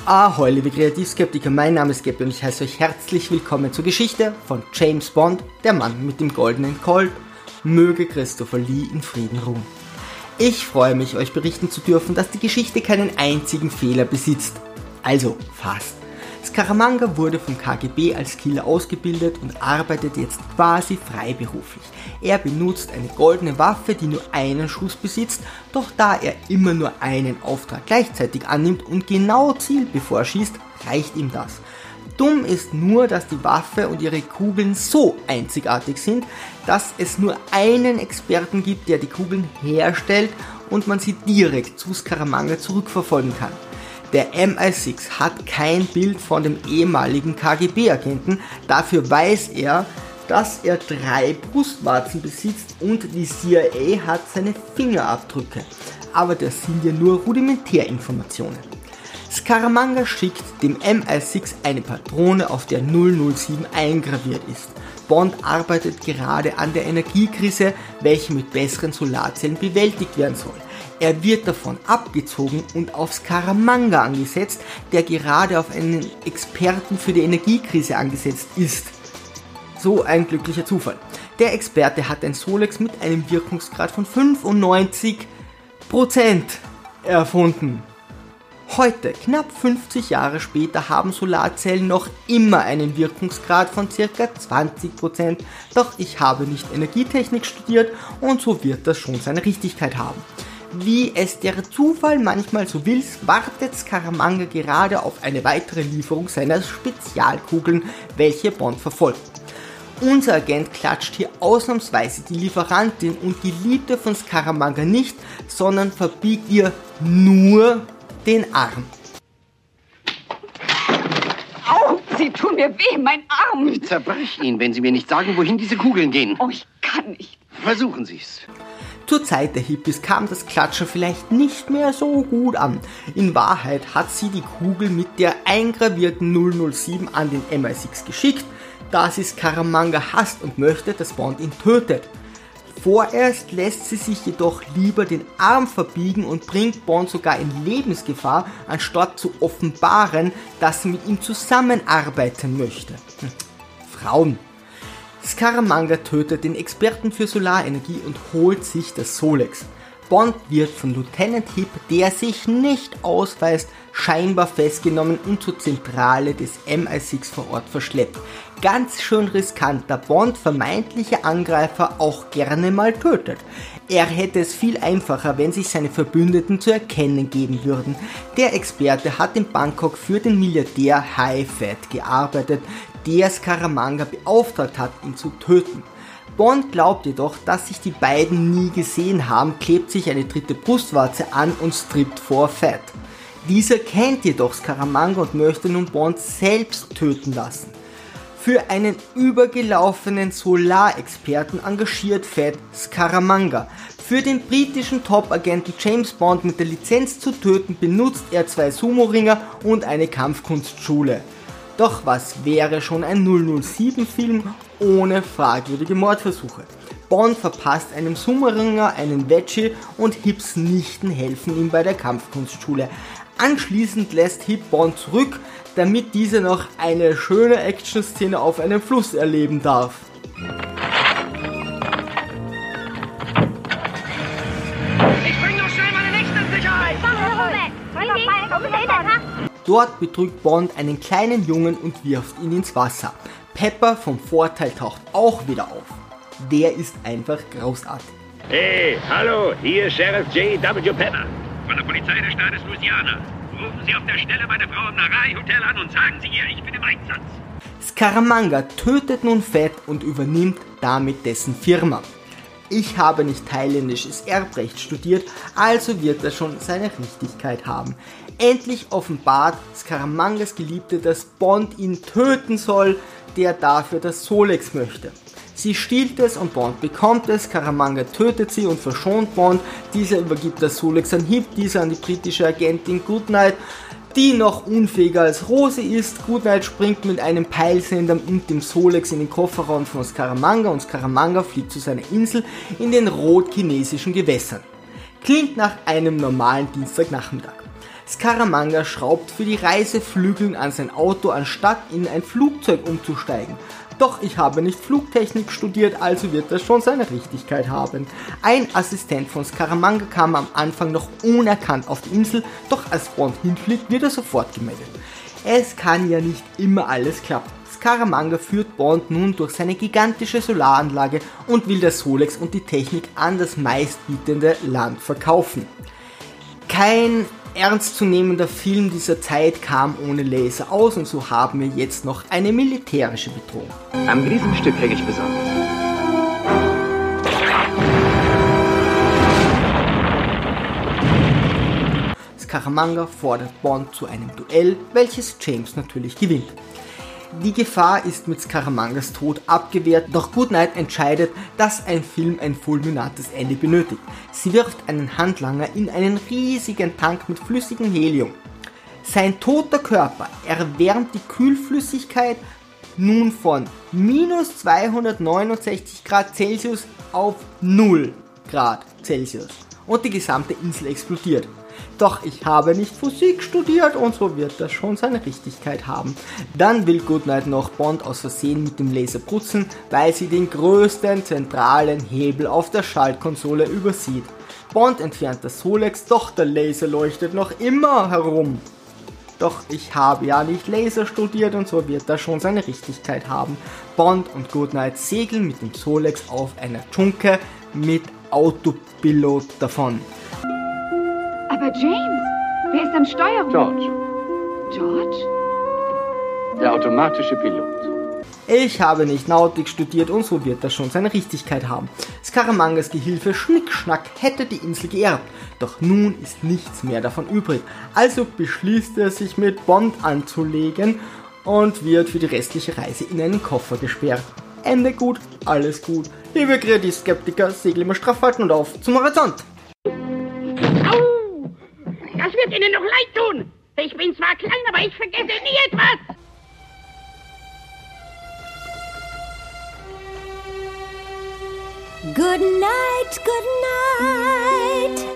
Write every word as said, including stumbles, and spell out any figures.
Ahoi, liebe Kreativskeptiker, mein Name ist Gabby und ich heiße euch herzlich willkommen zur Geschichte von James Bond, der Mann mit dem goldenen Colt. Möge Christopher Lee in Frieden ruhen. Ich freue mich, euch berichten zu dürfen, dass die Geschichte keinen einzigen Fehler besitzt. Also, fast. Scaramanga wurde vom K G B als Killer ausgebildet und arbeitet jetzt quasi freiberuflich. Er benutzt eine goldene Waffe, die nur einen Schuss besitzt, doch da er immer nur einen Auftrag gleichzeitig annimmt und genau Ziel bevor schießt, reicht ihm das. Dumm ist nur, dass die Waffe und ihre Kugeln so einzigartig sind, dass es nur einen Experten gibt, der die Kugeln herstellt und man sie direkt zu Scaramanga zurückverfolgen kann. Der M I sechs hat kein Bild von dem ehemaligen K G B-Agenten, dafür weiß er, dass er drei Brustwarzen besitzt und die C I A hat seine Fingerabdrücke. Aber das sind ja nur Rudimentärinformationen. Scaramanga schickt dem M I sechs eine Patrone, auf der null null sieben eingraviert ist. Bond arbeitet gerade an der Energiekrise, welche mit besseren Solarzellen bewältigt werden soll. Er wird davon abgezogen und auf Scaramanga angesetzt, der gerade auf einen Experten für die Energiekrise angesetzt ist. So ein glücklicher Zufall. Der Experte hat ein Solex mit einem Wirkungsgrad von fünfundneunzig Prozent erfunden. Heute, knapp fünfzig Jahre später, haben Solarzellen noch immer einen Wirkungsgrad von ca. zwanzig Prozent, doch ich habe nicht Energietechnik studiert und so wird das schon seine Richtigkeit haben. Wie es der Zufall manchmal so will, wartet Scaramanga gerade auf eine weitere Lieferung seiner Spezialkugeln, welche Bond verfolgt. Unser Agent klatscht hier ausnahmsweise die Lieferantin und Geliebte von Scaramanga nicht, sondern verbiegt ihr nur den Arm. Au, Sie tun mir weh, mein Arm. Ich zerbrech ihn, wenn Sie mir nicht sagen, wohin diese Kugeln gehen. Oh, ich kann nicht. Versuchen Sie es. Zur Zeit der Hippies kam das Klatschen vielleicht nicht mehr so gut an. In Wahrheit hat sie die Kugel mit der eingravierten null null sieben an den M I sechs geschickt, da sie Scaramanga hasst und möchte, dass Bond ihn tötet. Vorerst lässt sie sich jedoch lieber den Arm verbiegen und bringt Bond sogar in Lebensgefahr, anstatt zu offenbaren, dass sie mit ihm zusammenarbeiten möchte. Hm. Frauen. Scaramanga tötet den Experten für Solarenergie und holt sich das Solex. Bond wird von Lieutenant Hip, der sich nicht ausweist, scheinbar festgenommen und zur Zentrale des M I sechs vor Ort verschleppt. Ganz schön riskant, da Bond vermeintliche Angreifer auch gerne mal tötet. Er hätte es viel einfacher, wenn sich seine Verbündeten zu erkennen geben würden. Der Experte hat in Bangkok für den Milliardär High Fat gearbeitet, der Scaramanga beauftragt hat, ihn zu töten. Bond glaubt jedoch, dass sich die beiden nie gesehen haben, klebt sich eine dritte Brustwarze an und strippt vor Fat. Dieser kennt jedoch Scaramanga und möchte nun Bond selbst töten lassen. Für einen übergelaufenen Solarexperten engagiert Fat Scaramanga. Für den britischen Top-Agenten James Bond mit der Lizenz zu töten, benutzt er zwei Sumo-Ringer und eine Kampfkunstschule. Doch was wäre schon ein null null sieben Film ohne fragwürdige Mordversuche? Bond verpasst einem Sumo-Ringer einen Veggie und Hips Nichten helfen ihm bei der Kampfkunstschule. Anschließend lässt Hip Bond zurück, damit dieser noch eine schöne Action-Szene auf einem Fluss erleben darf. Ich bring noch schnell meine Nächste in Sicherheit! Dort betrügt Bond einen kleinen Jungen und wirft ihn ins Wasser. Pepper vom Vorteil taucht auch wieder auf. Der ist einfach großartig. Hey, hallo, hier ist Sheriff J W Pepper. Von der Polizei des Staates Louisiana. Rufen Sie auf der Stelle meine Frau im Narai Hotel an und sagen Sie ihr, ich bin im Einsatz. Scaramanga tötet nun Fett und übernimmt damit dessen Firma. Ich habe nicht thailändisches Erbrecht studiert, also wird er schon seine Richtigkeit haben. Endlich offenbart Scaramangas Geliebte, dass Bond ihn töten soll, der dafür das Solex möchte. Sie stiehlt es und Bond bekommt es, Scaramanga tötet sie und verschont Bond, dieser übergibt das Solex an Hip, dieser an die britische Agentin Goodnight, die noch unfähiger als Rose ist. Goodnight springt mit einem Peilsender und dem Solex in den Kofferraum von Scaramanga und Scaramanga fliegt zu seiner Insel in den rot-chinesischen Gewässern. Klingt nach einem normalen Dienstagnachmittag. Scaramanga schraubt für die Reise Flügeln an sein Auto, anstatt in ein Flugzeug umzusteigen. Doch ich habe nicht Flugtechnik studiert, also wird das schon seine Richtigkeit haben. Ein Assistent von Scaramanga kam am Anfang noch unerkannt auf die Insel, doch als Bond hinfliegt, wird er sofort gemeldet. Es kann ja nicht immer alles klappen. Scaramanga führt Bond nun durch seine gigantische Solaranlage und will das Solex und die Technik an das meistbietende Land verkaufen. Kein ernstzunehmender Film dieser Zeit kam ohne Laser aus und so haben wir jetzt noch eine militärische Bedrohung. Am Riesenstück hänge ich besonders. Scaramanga fordert Bond zu einem Duell, welches James natürlich gewinnt. Die Gefahr ist mit Scaramangas Tod abgewehrt, doch Goodnight entscheidet, dass ein Film ein fulminates Ende benötigt. Sie wirft einen Handlanger in einen riesigen Tank mit flüssigem Helium. Sein toter Körper erwärmt die Kühlflüssigkeit nun von minus zweihundertneunundsechzig Grad Celsius auf null Grad Celsius und die gesamte Insel explodiert. Doch ich habe nicht Physik studiert und so wird das schon seine Richtigkeit haben. Dann will Goodnight noch Bond aus Versehen mit dem Laser putzen, weil sie den größten zentralen Hebel auf der Schaltkonsole übersieht. Bond entfernt das Solex, doch der Laser leuchtet noch immer herum. Doch ich habe ja nicht Laser studiert und so wird das schon seine Richtigkeit haben. Bond und Goodnight segeln mit dem Solex auf einer Dschunke mit Autopilot davon. Aber James, wer ist am Steuer? George, George? der automatische Pilot. Ich habe nicht Nautik studiert und so wird das schon seine Richtigkeit haben. Scaramangas Gehilfe Schnickschnack hätte die Insel geerbt, doch nun ist nichts mehr davon übrig. Also beschließt er sich mit Bond anzulegen und wird für die restliche Reise in einen Koffer gesperrt. Ende gut, alles gut. Liebe Kreativskeptiker, segel immer straff halten und auf zum Horizont. Au! Das wird Ihnen noch leid tun. Ich bin zwar klein, aber ich vergesse nie etwas. Good night, good night.